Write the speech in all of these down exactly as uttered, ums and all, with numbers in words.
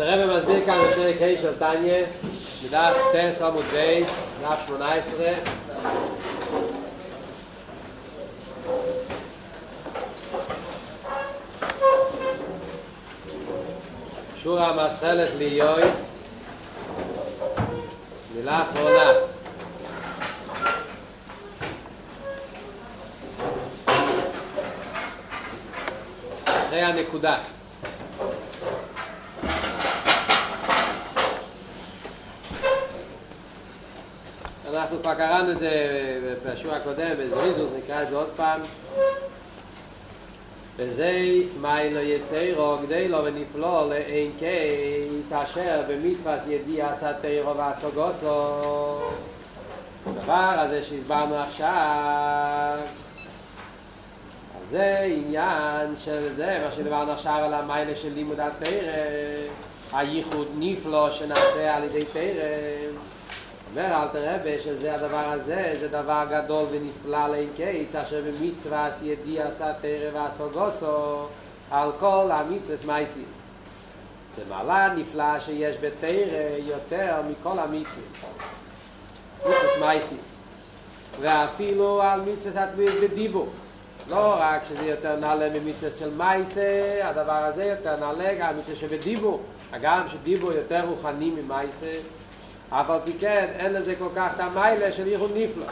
אלתר רבי מסביר כאן בפרק ה' של תניא, בדף טס עמוד בייס, דף שמונה עשרה. שורה המסחלת ליויס, מילה אחרונה. אחרי הנקודה. אנחנו כבר קראנו את זה בשיעור הקודם, בזריזות, נקרא את זה עוד פעם. וזה סמיילו יסיירו גדלו ונפלו לאין קץ אשר במצווה ידיעה סתירו והסוגוסו. הדבר הזה שהסברנו עכשיו, אז זה עניין של זה, מה שדיברנו עכשיו על המיילה של לימוד התורה, הייחוד נפלא שנעשה על ידי תורה. אומר אלתר רבי שזה הדבר הזה, זה דבר גדול ונפלא לאין קץ, אשר במצווה ידיעה סתירו והסוגוסו על כל המצוות מייסיס. זה מעלה נפלא שיש בתורה יותר מכל המצוות. מצוות מייסיס. ואפילו על מצוות התלויות בדיבור. לא רק שזה יותר נעלה ממצוות של מייסה, הדבר הזה יותר נעלה גם מצוות שבדיבור. הגם שדיבור יותר רוחני ממייסה, אף על פי כן אין לזה כל כך את המיילה של ייחוד נפלא.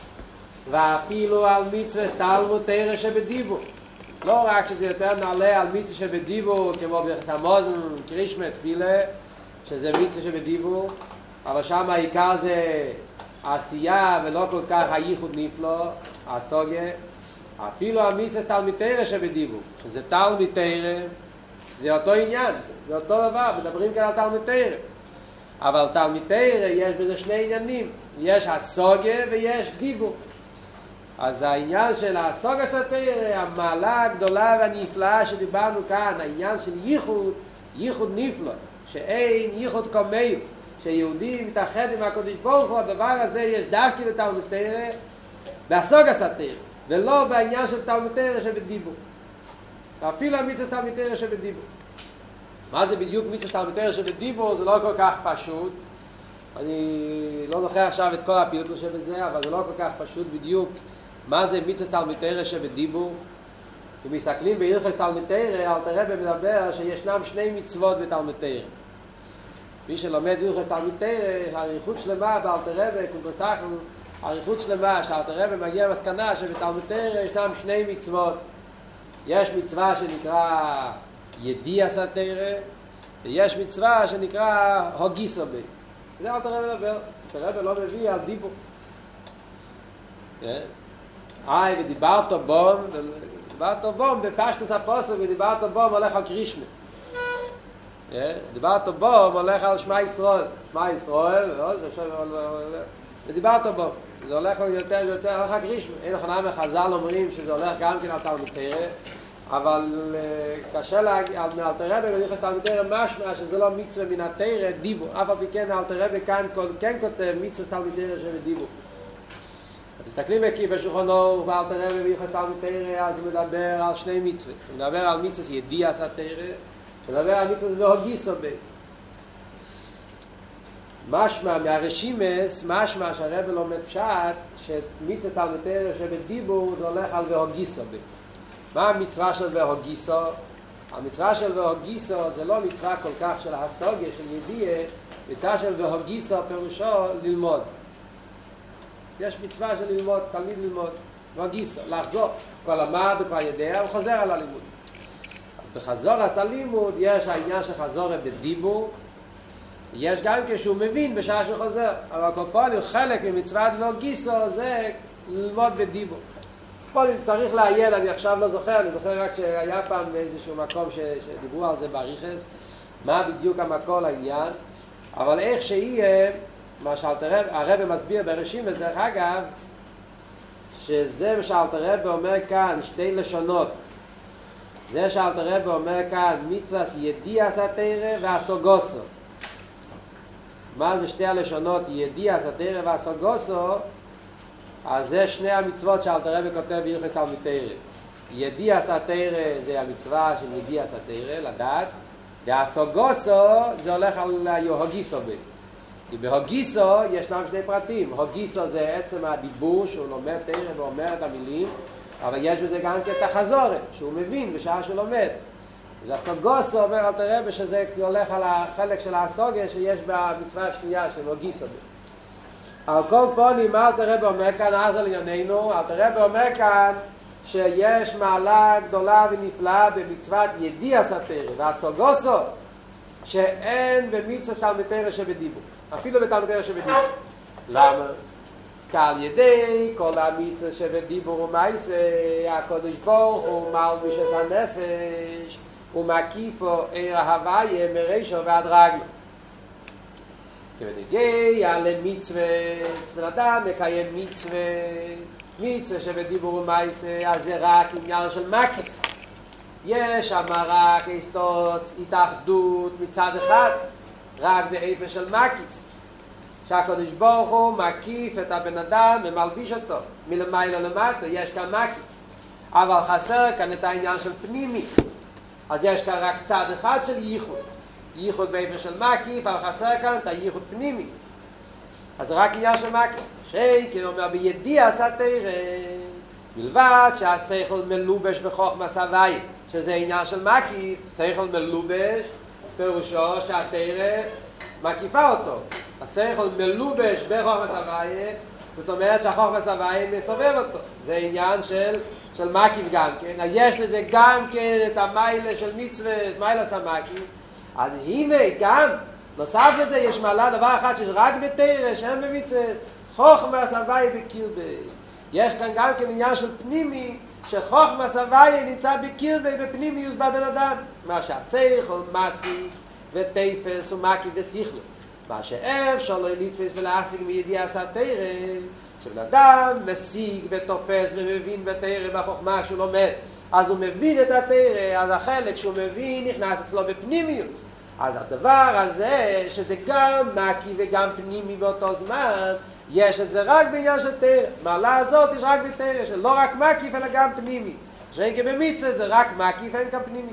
ואפילו על מצוות תלמוד תורה שבדיבור. לא רק שזה יותר נעלה על מצוות שבדיבור, כמו ברכס המוזן, קרישמה, תפילה, שזה מצוות שבדיבור, אבל שם העיקר זה העשייה ולא כל כך הייחוד נפלא, הסוגיה. אפילו על מצוות תלמוד תורה שבדיבור, שזה תלמוד תורה, זה אותו עניין, זה אותו דבר, מדברים כאן על תלמוד תורה. אבל תלמוד תורה יש בזה שני עניינים, יש הסוגיה ויש דיבור. אז העניין של הסוגיה של תורה, המעלה הגדולה והנפלאה שדיברנו כאן, העניין של ייחוד, ייחוד נפלא, שאין ייחוד כמוהו, שיהודי מתאחד עם הקדוש ברוך הוא, הדבר הזה יש דווקא בתלמוד תורה, בהסוגיה של תורה, ולא בעניין של תלמוד תורה שבדיבור. אפילו המצוות תלמוד תורה שבדיבור. מה זה בדיוק מצוות תלמוד תורה שבדיבור? זה לא כל כך פשוט. אני לא זוכר עכשיו את כל הפעילות שבזה, אבל זה לא כל כך פשוט בדיוק מה זה מצוות תלמוד תורה שבדיבור. אם מסתכלים בהלכות תלמוד תורה, אלתר רבי מדבר שישנם שני מצוות בתלמוד תורה. מי שלומד הלכות תלמוד תורה, אריכות שלמה באלתר רבי, קומפרסחנו, אריכות שלמה שאלתר רבי מגיע למסקנה שבתלמוד תורה ישנם שני מצוות. יש מצווה שנקרא ידיעה סתירו, ויש מצווה שנקרא הוגיסו בי. זה אלתר רבי מדבר. אלתר רבי לא מביא על דיבור. איי, ודיברת בום, דיברת בום בפשטוס הפוסק, ודיברת בום הולך על קרישמה. דיברת בום הולך על שמע ישראל. שמע ישראל, ודיברת בום. זה הולך יותר ויותר, הולך על קרישמה. אין לכם חז"ל אומרים שזה הולך גם כן על תלמוד תורה, אבל קשה להגיד, מאלתר רבי בהלכות תלמוד תורה משמע שזה לא מצווה מן התורה, דיבור. אף על פי כן אלתר רבי כאן כן כותב מצוות תלמוד תורה שבדיבור. אז מסתכלים בשולחן אורוך באלתר רבי בהלכות תלמוד תורה, אז הוא מדבר על שני מצוות. הוא מדבר על מצוות ידיעה סתירו, הוא מדבר על מצוות והוגיסו בי. משמע מהרשימס, משמע שהרבי לומד פשט, שמצוות תלמוד תורה שבדיבור זה הולך על והוגיסו בי. מה המצווה של והוגיסו? המצווה של והוגיסו זה לא מצווה כל כך של הסוגיה, של ידיעה, מצווה של והוגיסו פירושו ללמוד. יש מצווה של ללמוד, תלמיד ללמוד, והוגיסו, לחזור. כבר למד, הוא כבר יודע, הוא חוזר על הלימוד. אז בחזור על הלימוד יש העניין של חזור בדיבור, יש גם כשהוא מבין בשעה שהוא חוזר, אבל כל פעם חלק ממצוות והוגיסו זה ללמוד בדיבור. פה אני צריך לעיין, אני עכשיו לא זוכר, אני זוכר רק שהיה פעם באיזשהו מקום שדיברו על זה בריחס, מה בדיוק המקור לעניין, אבל איך שיהיה, מה שהרבי מסביר ברשימות, דרך אגב, שזה מה שאלתר רבי אומר כאן, שתי לשונות. זה שאלתר רבי אומר כאן, מצווה ידיעה סתירו והסוגוסו. מה זה שתי הלשונות, ידיעה סתירו והסוגוסו? אז זה שני המצוות שאלתר רבי כותב בהלכות תלמוד תורה. ידיעה סתירו זה המצווה של ידיעה סתירו, לדעת, והסוגוסו זה הולך על הגיסו בי. כי בהגיסו ישנם שני פרטים. הגיסו זה עצם הדיבור שהוא לומד תרא ואומר את המילים, אבל יש בזה גם כן את החזורת, שהוא מבין בשעה שהוא לומד. והסוגוסו אומר אל תראה שזה הולך על החלק של הסוגה שיש במצווה השנייה של הגיסו בי. על כל פונים אל תראה אומר כאן, אז על ענייננו, אל תראה אומר כאן שיש מעלה גדולה ונפלאה במצוות ידיע סתרא והסוגוסו שאין במצוות תלמוד תורה שבדיבור, אפילו בתלמוד תורה שבדיבור. למה? כעל ידי כל המצוות שבדיבור ומעשה הקדוש ברוך הוא מלביש את הנפש ומקיפו עיר ההוויה מרישו ועד רגלו. כבנגיע למצווה, בן אדם מקיים מצווה, מצווה שבדיבור ומעשה, אז זה רק עניין של מקיף. יש שם רק אסתוס, התאחדות מצד אחד, רק באיפה של מקיף. שהקדוש ברוך הוא מקיף את הבן אדם ומלביש אותו. מלמעלה למטה יש כאן מקיף. אבל חסר כאן את העניין של פנימי. אז יש כאן רק צד אחד של ייחוד. ייחוד באיפה של מקיף, אבל חסר כאן את הייחוד פנימי. אז רק עניין של מקיף. שייקר אומר בידיע סתרא, בלבד שהשכל מלובש בחוכמה סבייה, שזה עניין של מקיף. שכל מלובש פירושו שהתרא מקיפה אותו. השכל מלובש בחוכמה סבייה, זאת אומרת שהחוכמה סבייה מסובב אותו. זה עניין של של מקיף גם כן. אז יש לזה גם כן את המיילה של מצווה, מיילה של מקיף. אז הנה גם נוסף לזה יש מעלה דבר אחד שיש רק בתרא שאין במצווה, חוכמה סבייה בקרבי. יש כאן גם כן עניין של פנימי, שחוכמה סבייה נמצא בקרבי, בפנימיוס בבן אדם. מה שהשכל משיג ותפס ומקיף ושכל. מה שאפשר לא לתפס ולהשיג מידיע סתרא, שבן אדם משיג ותופס ומבין בתרא בחוכמה שהוא לומד, אז הוא מבין את התרא, אז החלק שהוא מבין נכנס אצלו בפנימיוס. אז הדבר הזה, שזה גם מקיף וגם פנימי באותו זמן, יש את זה רק בעניין של תרא. מעלה הזאת יש רק בתרא, שלא רק מקיף אלא גם פנימי. שאין כבמצווה זה רק מקיף אין גם פנימי.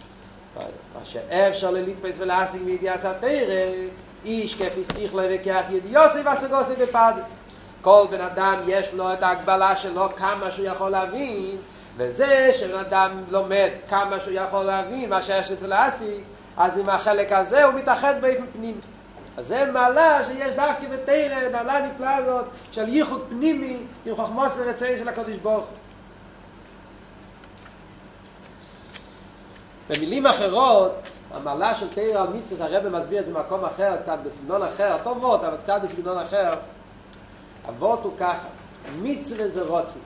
מה שאפשר לתפס ולהשיג מידיע סתרא, איש כפי שכלו וכך ידיעוסי והשגוסי בפרדס. כל בן אדם יש לו את ההגבלה שלו כמה שהוא יכול להבין, וזה שבן אדם לומד כמה שהוא יכול להבין מה שיש לו להשיג, אז עם החלק הזה הוא מתאחד באופן פנימי. אז זה מעלה שיש דווקא בתרא, מעלה נפלאה הזאת של ייחוד פנימי עם חוכמות ורצון של הקדוש ברוך הוא. במילים אחרות, המעלה של תרא על מצוות, הרב מסביר את זה במקום אחר, קצת בסגנון אחר, טוב וורט, אבל קצת בסגנון אחר. הוורט הוא ככה, מצווה זה רוצן.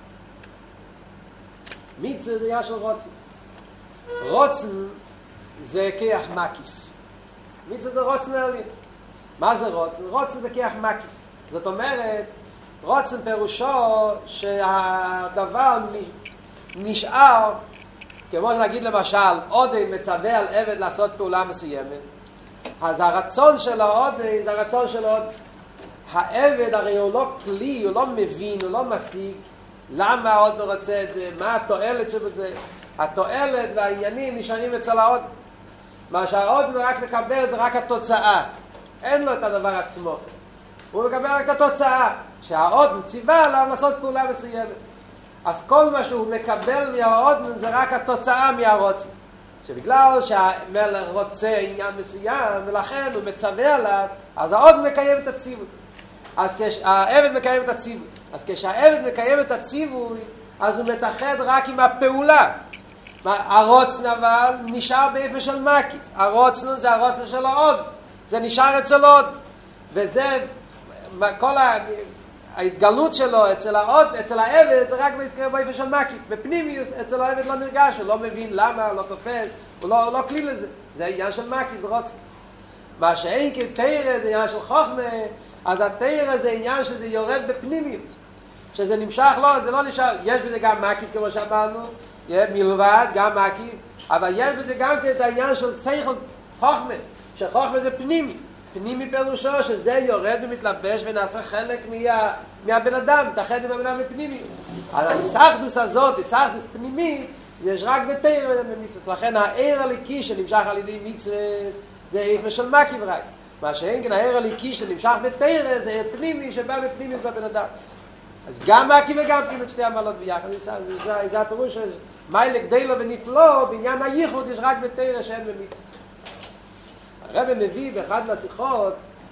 מצווה זה עניין של רוצן. רוצן זה כיח מקיף. מצווה זה רוצן עליון. מה זה רוצן? רוצן זה כיח מקיף. זאת אומרת, רוצן פירושו שהדבר נשאר, כמו שנגיד למשל, עודן מצווה על עבד לעשות פעולה מסוימת, אז הרצון של העודן זה הרצון של העודן. העבד הרי הוא לא כלי, הוא לא מבין, הוא לא משיג למה העודן רוצה את זה, מה התועלת שבזה. התועלת והעניינים נשארים אצל העודן. מה שהעודן רק מקבל זה רק התוצאה, אין לו את הדבר עצמו. הוא מקבל רק את התוצאה, שהעודן ציווה עליו לעשות פעולה מסוימת. אז כל מה שהוא מקבל מהעודן זה רק התוצאה מהרוצן. שבגלל שהמלך רוצה עניין מסוים ולכן הוא מצווה עליו, אז העודן מקיים את הציווי. אז כשהעבד מקיים את הציווי. אז כשהעבד מקיים את הציווי, אז הוא מתאחד רק עם הפעולה. הרוצן אבל נשאר באיפה של מקיף. הרוצן זה הרוצן של העודן. זה נשאר אצל העודן. וזה כל ההתגלות שלו אצל העודן, אצל העבד, זה רק באיפה של מקיף. בפנימיוס אצל העבד לא נרגש, הוא לא מבין למה, לא תופס, הוא לא, לא כלי לזה. זה עניין של מקיף, זה רוצן. מה שאין כתרא זה עניין של חוכמה, אז התרא זה עניין שזה יורד בפנימיות, שזה נמשך לו, זה לא נשאר, יש בזה גם מקיף כמו שאמרנו, מלבד גם מקיף, אבל יש בזה גם כן את העניין של שכל חוכמה, שחוכמה זה פנימי, פנימי פירושו שזה יורד ומתלבש ונעשה חלק מה, מהבן אדם, תאחד עם הבן אדם בפנימיות. אז ההיסחדוס הזאת, היסחדוס פנימית, יש רק בתורה ואין במצווה. לכן העיר הליקי שנמשך על ידי מצווה זה איפה של מקיף רק. מה שאין כן העיר הליקי שנמשך בתורה זה עיר פנימי שבא בפנימיות בבן אדם. אז גם מקיף וגם פנימיות שתי המעלות ביחד. זה, זה, זה הפירוש של מיילה גדלו ונפלא, בעניין הייחוד יש רק בתורה שאין במצווה. הרב מביא באחד מהשיחות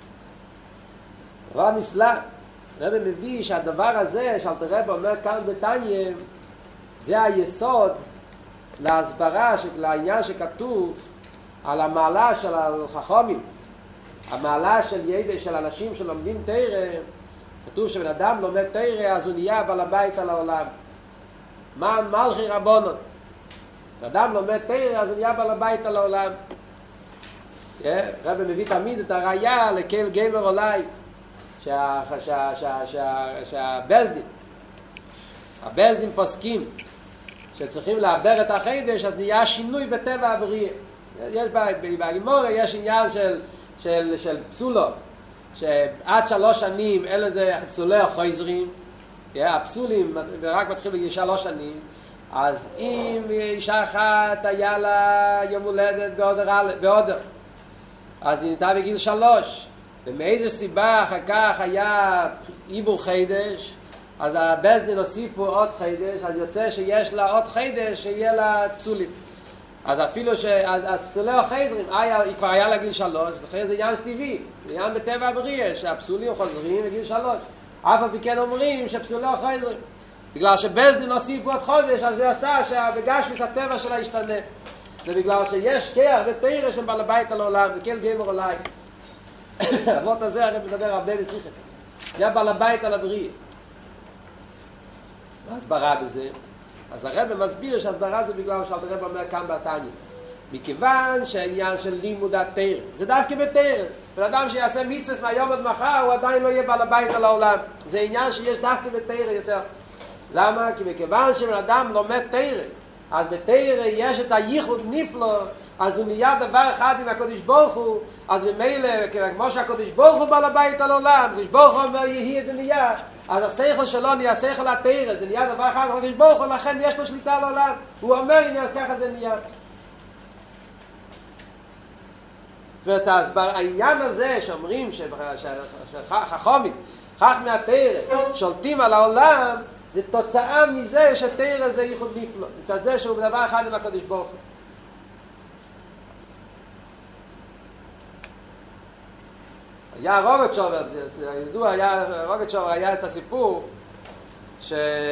דבר נפלא. הרב מביא שהדבר הזה שאלתר רבי אומר כאן בתניא זה היסוד להסברה של העניין שכתוב על המעלה של החכמים, המעלה של ידע של אנשים שלומדים תורה. כתוב שבן אדם לומד תורה אז הוא נהיה בעל הבית על העולם, מן מלכי רבונות. בן אדם לומד תורה אז הוא נהיה בעל הבית על העולם. הרב מביא תמיד את הראיה לכל גמר אולי שהבזדין הבזדין פוסקים שצריכים לעבר את החידש, אז נהיה שינוי בטבע הבריאה. יש בגימורה יש עניין של, של, של פסולו, שעד שלוש שנים אלה זה פסולי החוזרים, הפסולים רק מתחיל בגיל שלוש שנים. אז אם אישה אחת היה לה יום הולדת בעודר, אז היא נהייתה בגיל שלוש, ומאיזו סיבה אחר כך היה עיבור חידש, אז הבזדין הוסיפו עוד חידש, אז יוצא שיש לה עוד חידש שיהיה לה פסולים. אז אפילו ש... אז, אז פסולי החזרים, היא כבר היה לה גיל שלוש, זה עניין טבעי, זה עניין בטבע הבריאה, שהפסולים חוזרים לגיל שלוש. אף על פי כן אומרים שפסולי החזרים, בגלל שבזדין הוסיפו עוד חודש, אז זה עשה שבגשמיס הטבע שלה ישתנה. זה בגלל שיש כיח ותאירה שהם בעל הבית על העולם, וכל גמר אולי. אבות הזה הרי מדבר הרבה בשיחת. היה בעל הבית על הבריאה. מה הסברה בזה? אז הרב מסביר שהסברה זה בגלל שאלתר רבי אומר כאן בתניא. מכיוון שהעניין של לימוד התורה, זה דווקא בתורה. בן אדם שיעשה מצווה מהיום עד מחר, הוא עדיין לא יהיה בעל הבית על העולם. זה עניין שיש דווקא בתורה יותר. למה? כי מכיוון שבן אדם לומד תורה, אז בתורה יש את הייחוד נפלא, אז הוא נהיה דבר אחד עם הקדוש ברוך הוא, אז ממילא, כמו שהקדוש ברוך הוא בעל הבית על העולם, הקדוש ברוך הוא אומר יהי זה נהיה, אז השכל שלו נהיה שכל התורה, זה נהיה דבר אחד עם הקדוש ברוך הוא, לכן יש לו שליטה על העולם, הוא אומר הנה אז ככה זה נהיה. זאת אומרת, העניין הזה שאומרים שחכמים, חכמי התורה, שולטים על העולם, זה תוצאה מזה שתורה זה ייחוד נפלא, מצד זה שהוא בדבר אחד עם הקדוש ברוך הוא. היה רוגצ'ובר, ידוע, היה רוגצ'ובר, היה את הסיפור ש...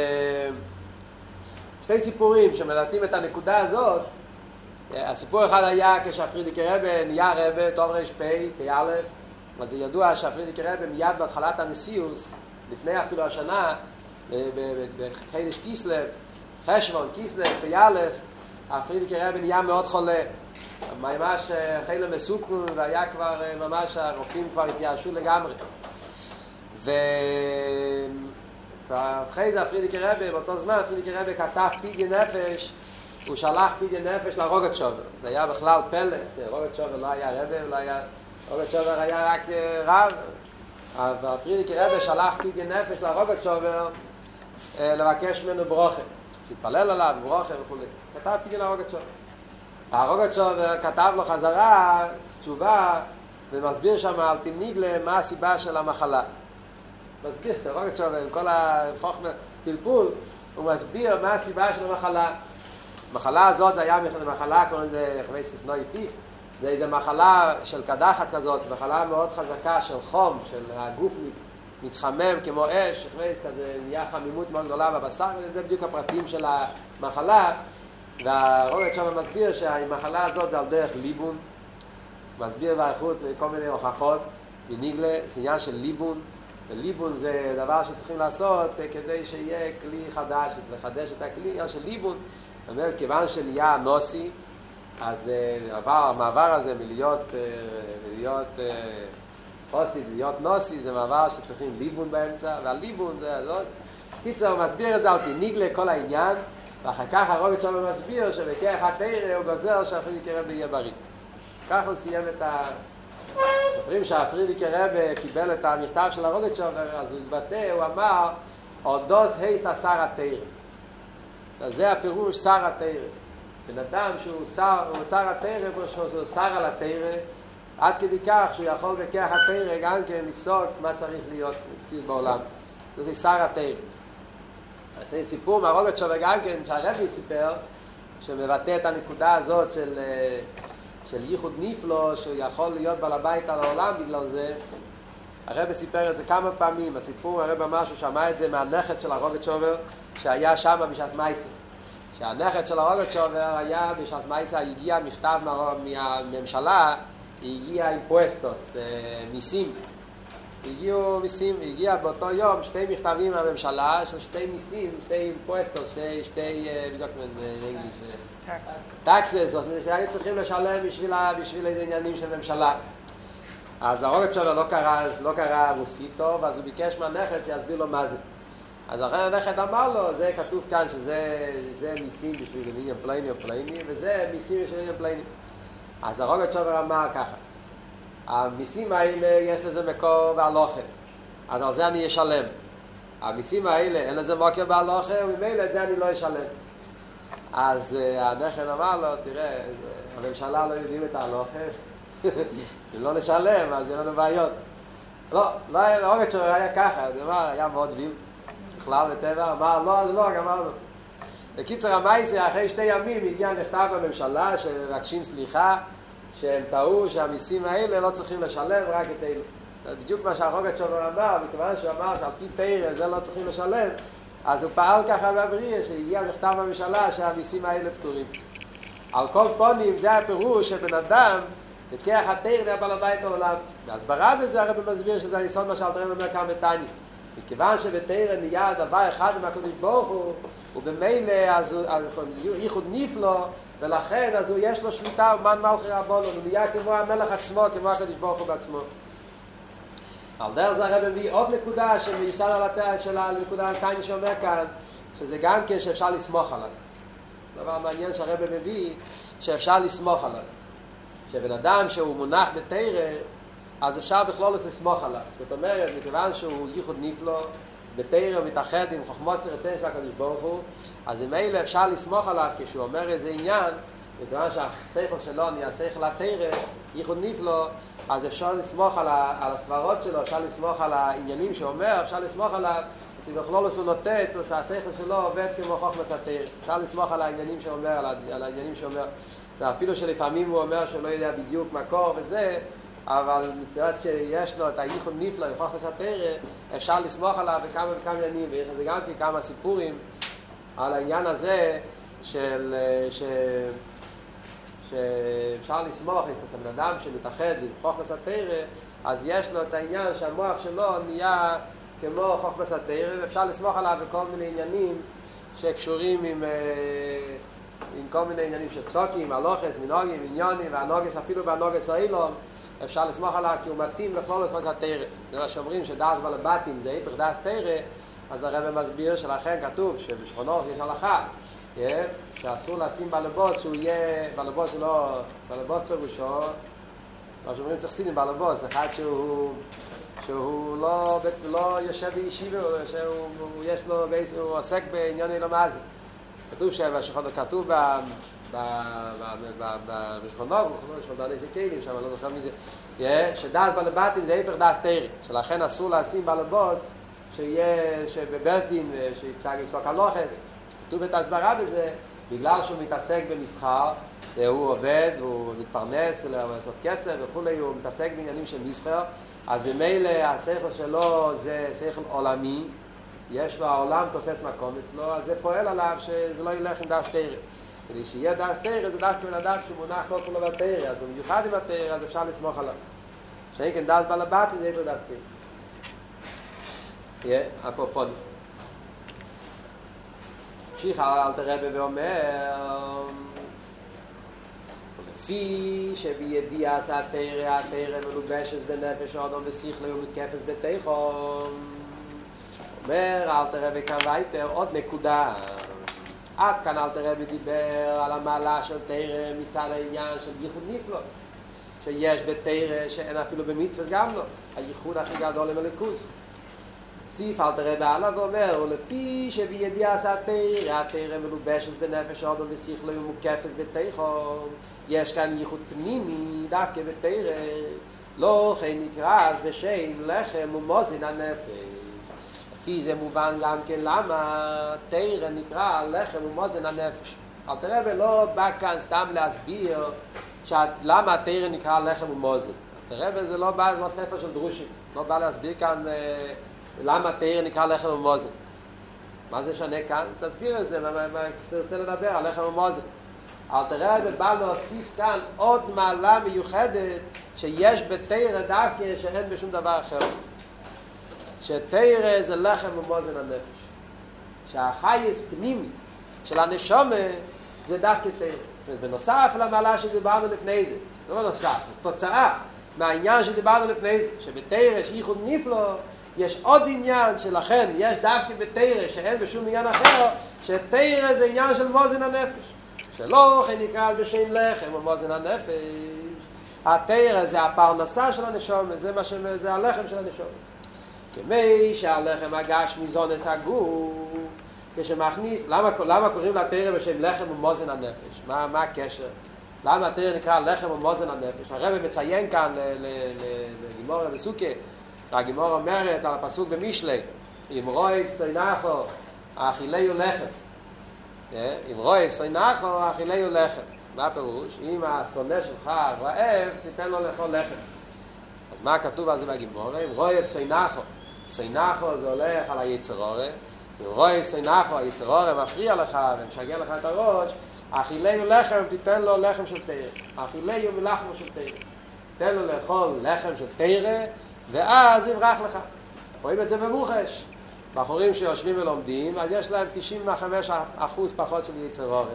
שתי סיפורים שמלטים את הנקודה הזאת. הסיפור אחד היה כשהפרידיקי רבי נהיה רבי, טוב רש פי, פי א', אז זה ידוע שהפרידיקי רבי מיד בהתחלת הנשיאוס, לפני אפילו השנה, בחידש כיסלב, חשבון, כיסלב, פי א', הפרידיקי רבי נהיה מאוד חולה. ממש חילה מסוכן, והיה כבר ממש הרופאים כבר התייאשו לגמרי. ואחרי זה הפרידיקי רבי, באותו זמן הפרידיקי רבי כתב פדיון נפש, הוא שלח פדיון נפש לרוגצ'ובר. זה היה בכלל פלא, רוגצ'ובר לא היה רבי, לא היה... רוגצ'ובר היה רק רב. והפרידיקי רבי שלח פדיון נפש לרוגצ'ובר לבקש ממנו ברוכה, שיתפלל עליו, ברוכה וכו'. כתב פדיון לרוגצ'ובר. הרוגצ'ובר כתב לו חזרה תשובה ומסביר שם על פי ניגלה מה הסיבה של המחלה. מסביר, הרוגצ'ובר עם כל החוכמה פלפול, הוא מסביר מה הסיבה של המחלה. המחלה הזאת זה היה מחלה, קוראים לזה חווי ספנוי טיף, זה איזו מחלה של קדחת כזאת, מחלה מאוד חזקה של חום, של הגוף מתחמם כמו אש, חווי כזה, נהיה חמימות מאוד גדולה בבשר, וזה בדיוק הפרטים של המחלה. והרוגצ'ובר מסביר שהמחלה הזאת זה על דרך ליבון, מסביר באריכות כל מיני הוכחות מניגלה, זה עניין של ליבון, וליבון זה דבר שצריכים לעשות כדי שיהיה כלי חדש, לחדש את הכלי, עניין של ליבון. אומר, כיוון שנהיה נוסי, אז עבר, המעבר הזה מלהיות, מלהיות חוסי, להיות נוסי, זה מעבר שצריכים ליבון באמצע, והליבון זה הזאת. קיצר, הוא מסביר את זה על ניגלה כל העניין, ואחר כך הרוגצ'ובר מסביר שבכך התורה הוא גוזר שהפרידיקי רבי יהיה בריא. כך הוא סיים את ה... אומרים שהפרידיקי רבי קיבל את המכתב של הרוגצ'ובר, אז הוא התבטא, הוא אמר, אודוס היסט אסר התורה. אז זה הפירוש שר התורה. בן אדם שהוא שר, הוא שר התורה, הוא שר על התורה, עד כדי כך שהוא יכול בכך התורה גם כן לפסוק מה צריך להיות מציאות בעולם. זה שר התורה. אז זה סיפור מהרוגצ'וב גם כן שהרבי סיפר, שמבטא את הנקודה הזאת של, של ייחוד נפלא, שהוא יכול להיות בעל הבית על העולם בגלל זה. הרבי סיפר את זה כמה פעמים, הסיפור הרבי אמר שהוא שמע את זה מהנכד של הרוגצ'ובר שהיה שם בשעת מייסה. שהנכד של הרוגצ'ובר היה בשעת מייסה, הגיע מכתב מהממשלה, הגיע עם פואסטוס, מיסים. הגיעו מיסים, הגיע באותו יום שתי מכתבים מהממשלה של שתי מיסים, שתי פואסטוס, שתי, שתי, בזאת באנגליש, טקסס, זאת אומרת שהיו צריכים לשלם בשביל, בשביל העניינים של ממשלה. אז הרוגצ'ובר לא קרא, לא קרא רוסית טוב, אז הוא ביקש מהנכד שיסביר לו מה זה. אז אחרי הנכד אמר לו, זה כתוב כאן שזה זה מיסים בשביל עניין פלייני או פלייני, וזה מיסים בשביל עניין פלייני. אז הרוגצ'ובר אמר ככה, המיסים האלה יש לזה מקור בהלוכה, אז על זה אני אשלם. המיסים האלה אין לזה מקור בהלוכה, וממילא את זה אני לא אשלם. אז הנכד אמר לו, תראה, הממשלה לא יודעים את ההלוכה, אם לא נשלם אז אין לנו בעיות. לא, לא היה, הרוגצ'ובר היה ככה, זה אמר, היה מאוד ויל, בכלל בטבע, אמר, לא, זה לא, אמרנו. בקיצר המייסה, אחרי שתי ימים הגיע נכתב בממשלה שמבקשים סליחה, שהם טעו שהמיסים האלה לא צריכים לשלם רק את אלה. בדיוק מה שהרוגצ'ובר אמר, מכיוון שהוא אמר שעל פי תורה זה לא צריכים לשלם, אז הוא פעל ככה בבריא, שהגיע מכתב בממשלה שהמיסים האלה פטורים. על כל פונים זה הפירוש שבן אדם לקח התורה לבעל הבית העולם. והסברה בזה הרבי מסביר שזה היסוד מה שאלתר רבי אומר כאן בתניא. מכיוון שבתורה נהיה דבר אחד עם הקדוש ברוך הוא, ובמילא אז ייחוד נפלא, ולכן אז הוא יש לו שליטה ומן מלכי רבנו, הוא נהיה כמו המלך עצמו, כמו הקדוש ברוך הוא בעצמו. על דרך זה הרבי מביא עוד נקודה שמיסד על התורה של הנקודה התניא שאומר כאן, שזה גם כן שאפשר לסמוך עליו. דבר מעניין שהרבי מביא שאפשר לסמוך עליו. שבן אדם שהוא מונח בתורה, אז אפשר בכלול לסמוך עליו. זאת אומרת, מכיוון שהוא ייחוד נפלא, בתורה הוא מתאחד עם חוכמות רצון של הקדוש ברוך הוא, אז אם אלה אפשר לסמוך עליו כשהוא אומר איזה עניין, מכיוון שהשכל שלו נהיה שכל התורה, ייחוד נפלא, אז אפשר לסמוך על, ה, על הסברות שלו, אפשר לסמוך על העניינים שהוא אומר, אפשר לסמוך עליו, כי בכלול הוא נוטט, או שהשכל שלו עובד כמו חוכמת התורה. אפשר לסמוך על העניינים שהוא אומר, על, על העניינים שהוא אומר, ואפילו שלפעמים הוא אומר שהוא לא יודע בדיוק מקור וזה, אבל מצד שיש לו את הייחוד נפלא, יפוח לסתרה, אפשר לסמוך עליו בכמה וכמה עניינים, ויש לזה גם כמה סיפורים על העניין הזה של, ש, שאפשר לסמוך, יש את הבן אדם שמתאחד עם חוכמת התורה, אז יש לו את העניין שהמוח שלו נהיה כמו חוכמת התורה, ואפשר לסמוך עליו בכל מיני עניינים שקשורים עם, עם כל מיני עניינים של פסוקים, הלוכס, מנהוגים, עניונים, והנוגס, אפילו בהנוגס האילום, אפשר לסמוך עליו כי הוא מתאים לכלול את חוכמת התורה. זה מה שאומרים שדאס בעל הבתים זה היפך דאס תורה, אז הרב מסביר שלכן כתוב שבשכונות יש הלכה, שאסור לשים בעל-הבוס שהוא יהיה, בעל-הבוס שלא, בעל-הבוס פירושו, מה שאומרים צריך סינים בעל-הבוס, אחד שהוא, שהוא לא, לא יושב בישיבה, שהוא יש לו, הוא עוסק בעניין אילומז. כתוב שבשכונות, כתוב בשכונות, בשכונות יש כלים, שם אני לא זוכר מי זה, שדאס בעל-הבתים זה היפך דאס תורה, שלכן אסור לשים בעל-הבוס שיהיה, שבבסדין, שאפשר לפסוק הלוכס. כתוב את הסברה בזה, בגלל שהוא מתעסק במסחר, הוא עובד, הוא מתפרנס, לעשות כסף וכולי, הוא מתעסק בעניינים של מסחר, אז במילא השכל שלו זה שכל עולמי, יש לו, העולם תופס מקום אצלו, אז זה פועל עליו שזה לא ילך עם דאס תורה. כדי שיהיה דאס תורה, זה דווקא בן אדם שהוא מונח כל כולו בתורה, אז הוא מיוחד עם התורה, אז אפשר לסמוך עליו. שאין כן דאס בעל הבתים, זה יהיה דאס תורה. יהיה, אפרופו. המשיך אלתר רבי ואומר, לפי שבידיעת התורה, התורה מלובשת בנפש האדם ושכל ומתקפת בתיכון. אומר אלתר רבי כאן וייטר עוד נקודה. עד כאן אלתר רבי דיבר על המעלה של תורה מצד העניין של ייחוד נפלא, שיש בתורה שאין אפילו במצוות גם לא, הייחוד הכי גדול עם הליכוז. סיף אל תראה בעלה ואומר, ולפי שבידיעת התורה, התורה מלובשת בנפש האדם ושכלו ומוקפת בתיכון, יש כאן ייחוד פנימי דווקא בתורה, לא כן נקרא בשם לחם ומוזן הנפש. לפי זה מובן גם כן למה תורה נקרא לחם ומוזן הנפש. אל תראה ולא בא כאן סתם להסביר למה התורה נקרא לחם ומוזן. אל תראה וזה לא בא, לא ספר של דרושים, לא בא להסביר כאן למה התורה נקרא לחם ומוזן. מה זה שונה כאן? תסביר את זה, מה אתה רוצה לדבר על לחם ומוזן. אל תראה ובא להוסיף כאן עוד מעלה מיוחדת שיש בתורה דווקא שאין בשום דבר אחר. שתורה זה לחם ומוזן הנפש. שהחייס פנימי של הנשמה זה דווקא תורה. זאת אומרת, בנוסף למעלה שדיברנו לפני זה, זה לא נוסף, זה תוצאה מהעניין שדיברנו לפני זה, שבתורה יש ייחוד נפלא, יש עוד עניין שלכן יש דווקא בתורה שאין בשום עניין אחר, שתורה זה עניין של מוזן הנפש. שלא כן נקרא בשם לחם ומוזן הנפש. התורה זה הפרנסה של הנשמה, זה מה ש... זה הלחם של הנשמה. כמי שהלחם הגשמי זונס הגוף, כשמכניס, למה, למה קוראים לתורה בשם לחם ומוזן הנפש? מה, מה הקשר? למה התורה נקרא לחם ומוזן הנפש? הרב מציין כאן לגימורה בסוכה, הגימורה אומרת על הפסוק במשלי, אם רואה סוינחו אכילהו לחם. אם רואה סוינחו אכילהו לחם. מה הפירוש? אם השונא שלך רעב, תיתן לו לאכול לחם. אז מה כתוב על זה בגימורה? אם רואה סוינחו, סוינחו זה הולך על היצר הרע. אם רואה סוינחו, היצר הרע מפריע לך ומשגע לך את הראש, אכילהו לחם, תיתן לו לחם של תורה. אכילהו מלחם של תורה. תן לו לאכול לחם של תורה, ואז יברח לך. רואים את זה במוחש. בחורים שיושבים ולומדים, אז יש להם תשעים וחמישה אחוז פחות של יצר הרע.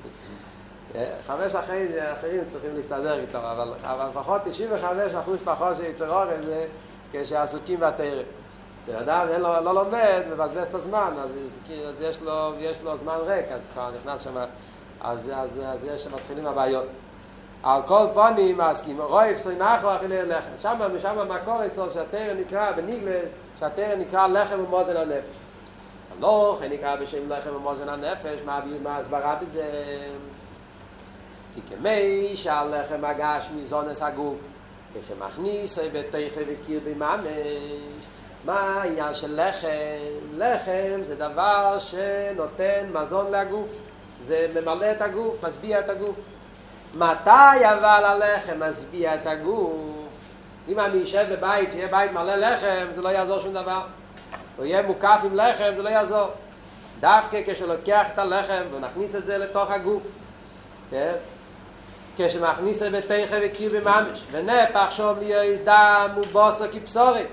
חמש אחרים צריכים להסתדר איתו, אבל, אבל לפחות תשעים וחמישה אחוז פחות של יצר הרע זה כשעסוקים בתורה. כשאדם אין לו, לא לומד ובזבז את הזמן, אז, אז יש, לו, יש לו זמן ריק, אז כבר נכנס שם, אז, אז, אז יש שמתחילים הבעיות. על כל פנים, מסכים, רואה סוינחו אכילהו לחם. שם, משם המקור אצלו שהתורה נקרא, בניגלה, שהתורה נקרא לחם ומוזן הנפש. לא, כן נקרא בשם לחם ומוזן הנפש, מה, מה הסברה בזה? כי כמי שהלחם הגשמי זונס הגוף, כשמכניס בתיכו וקיר בממש, מה העניין של לחם? לחם זה דבר שנותן מזון לגוף, זה ממלא את הגוף, משביע את הגוף. מתי אבל הלחם משביע את הגוף? אם אני אשב בבית שיהיה בית מלא לחם, זה לא יעזור שום דבר. הוא יהיה מוקף עם לחם, זה לא יעזור. דווקא כשלוקח את הלחם ונכניס את זה לתוך הגוף, כן? כשמכניס את בתיכו וקיר בממש, ונפח שום ליועז דם ובוסר כבשורת,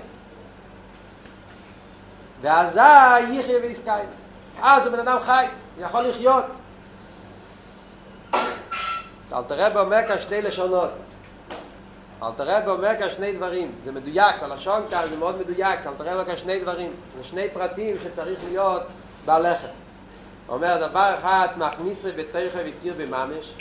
ואזי יחיה ויזכאי. אז הוא בן אדם חי, הוא יכול לחיות. אלתר רבי אומר כאן שני לשונות. אלתר רבי אומר כאן שני דברים. זה מדויק, הלשון כאן זה מאוד מדויק. אלתר רבי אומר כאן שני דברים. זה שני פרטים שצריך להיות בלחם. הוא אומר, דבר אחד, מכניס בתיכו וקיר בממש.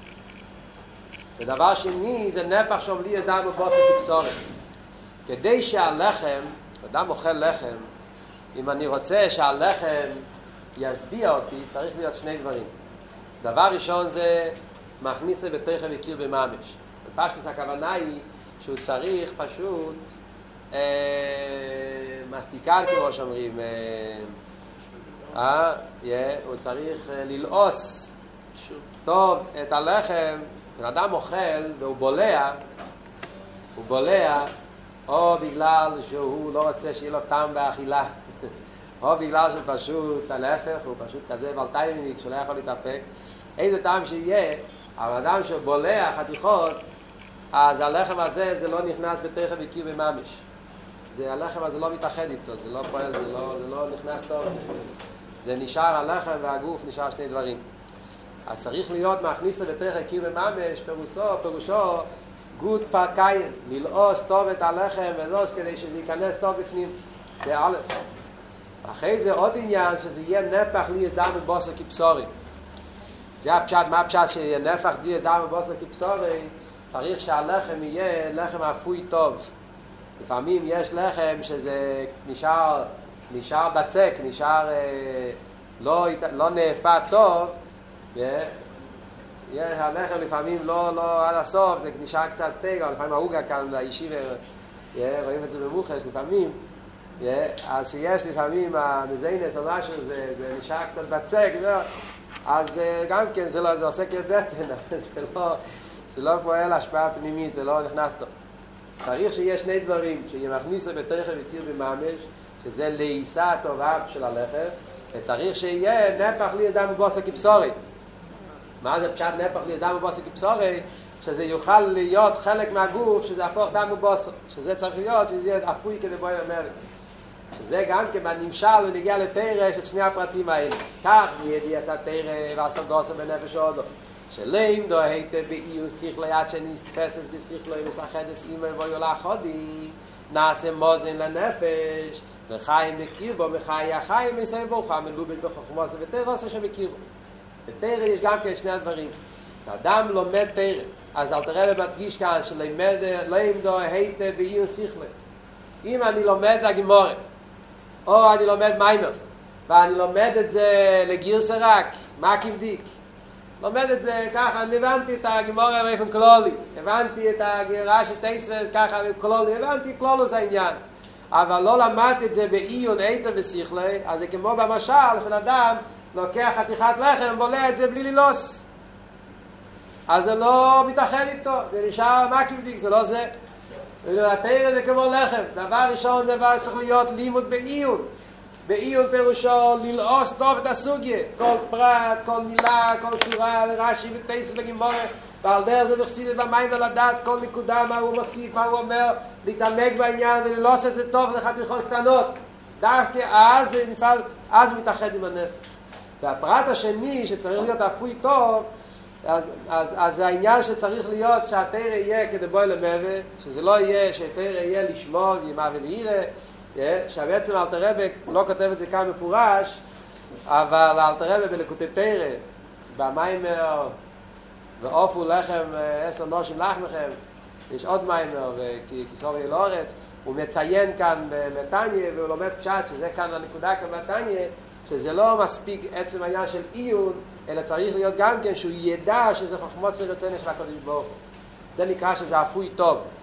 ודבר שני, זה נפח שום לי דם ובוסר כבשורת. כדי שהלחם, אדם אוכל לחם, אם אני רוצה שהלחם ישביע אותי, צריך להיות שני דברים. דבר ראשון זה מכניס בתיכו וקיר בממש. בפשטוס הכוונה היא שהוא צריך פשוט אה, מסטיקן כמו שאומרים, אה, אה, yeah, הוא צריך אה, ללעוס טוב את הלחם. בן אדם אוכל והוא בולע, הוא בולע או בגלל שהוא לא רוצה שיהיה לו טעם באכילה, או בגלל שפשוט הלהפך, הוא פשוט כזה בלטייניק שלא יכול להתאפק. איזה טעם שיהיה, אבל אדם שבולע חתיכות, אז הלחם הזה זה לא נכנס בתיכו וקיר בממש. זה הלחם הזה לא מתאחד איתו, זה לא פועל, זה לא, זה לא נכנס טוב. זה נשאר הלחם והגוף, נשאר שני דברים. אז צריך להיות מכניס בתיכו וקיר בממש, פירושו, פירושו גוד פרקיין, ללעוס טוב את הלחם ולעוס כדי שזה ייכנס טוב בפנים. זה א'. אחרי זה עוד עניין שזה יהיה נפח לי דם ובוסר כבשורי. זה הפשט, מה הפשט שיהיה נפח לי דם ובוסר כבשורי? צריך שהלחם יהיה לחם אפוי טוב. לפעמים יש לחם שזה נשאר נשאר בצק, נשאר לא, לא נאפה טוב, הלחם לפעמים לא, לא עד הסוף, זה נשאר קצת פגע, לפעמים ההוגה כאן בישיבה, רואים את זה במוחש לפעמים, אז שיש לפעמים המזיינס או משהו, זה, זה נשאר קצת בצק, אז גם כן זה, לא, זה עושה כבטן, זה לא, זה לא פועל השפעה פנימית, זה לא נכנס טוב. צריך שיהיה שני דברים, שיהיה מכניסה בתרחב ותיר בממש, שזה לעיסה הטובה של הלחם, וצריך שיהיה נפח לי אדם ובוסר כבשורי. מה זה פשט נפח לי אדם ובוסר כבשורי? שזה יוכל להיות חלק מהגוף, שזה הפוך דם ובוסר. שזה צריך להיות, שזה יהיה אפוי כדי בואי למרת. שזה גם כן בנמשל ונגיע לתרא של שני הפרטים האלה. כך בידי עשה תרא ועשה גוסר בנפש הודו. שלאים דו היתה באיון שכלו יד שנסתפסת בשכלו ומסחדס אימא ויולה חודי נעשה מוזן לנפש וחיים מכיר בו מחי החיים מסיים בו חיים מלובש בחוכמוס ותרא עושה שמכיר בו. בתרא יש גם כן שני הדברים. האדם לומד תרא, אז אל תראה במדגיש כאן שלאים דו היתה באיון שכלו. אם אני לומד הגמורה או אני לומד מיימר ואני לומד את זה לגירסה רק, מה כבדיק? לומד את זה ככה, אני הבנתי את הגמורה באופן כלולי, הבנתי את הגרש תייסבס ככה כלולי, הבנתי כלולוס העניין, אבל לא למדתי את זה בעיון איתר ושכלי, אז זה כמו במשל, לפן אדם לוקח חתיכת לחם, בולע את זה בלי לילוס, אז זה לא מתאחד איתו, זה נשאר מה כבדיק, זה לא זה. ולתאר את זה כמו לחם, דבר ראשון זה דבר צריך להיות לימוד בעיון, בעיון פירושו ללעוס טוב את הסוגיה, כל פרט, כל מילה, כל שורה, רש"י וטייסס וגימורה, ועל דרך זה מחסידת במים ולדעת כל נקודה מה הוא מוסיף, מה הוא אומר, להתעמק בעניין וללעוס את זה טוב לחתיכות קטנות. דווקא אז זה נפעל, אז מתאחד עם הנפש. והפרט השני שצריך להיות אפוי טוב, אז, אז, אז העניין שצריך להיות שהתרא יהיה כדי בואי למבה, שזה לא יהיה שהתרא יהיה לשמור, ימה ולעירה, שבעצם אלתר רבי לא כותב את זה כאן מפורש, אבל אלתר רבי בליקוטי תרא, במיימר ועופו לחם עשר נושים לחמכם, יש עוד מיימר וכיסור יהיה לאורץ, הוא מציין כאן בתניא והוא לומד פשט שזה כאן הנקודה כאן בתניא, שזה לא מספיק עצם העניין של עיון, אלא צריך להיות גם כן שהוא ידע שזה חוכמוס רצונו של הקדוש ברוך הוא. זה נקרא שזה אפוי טוב.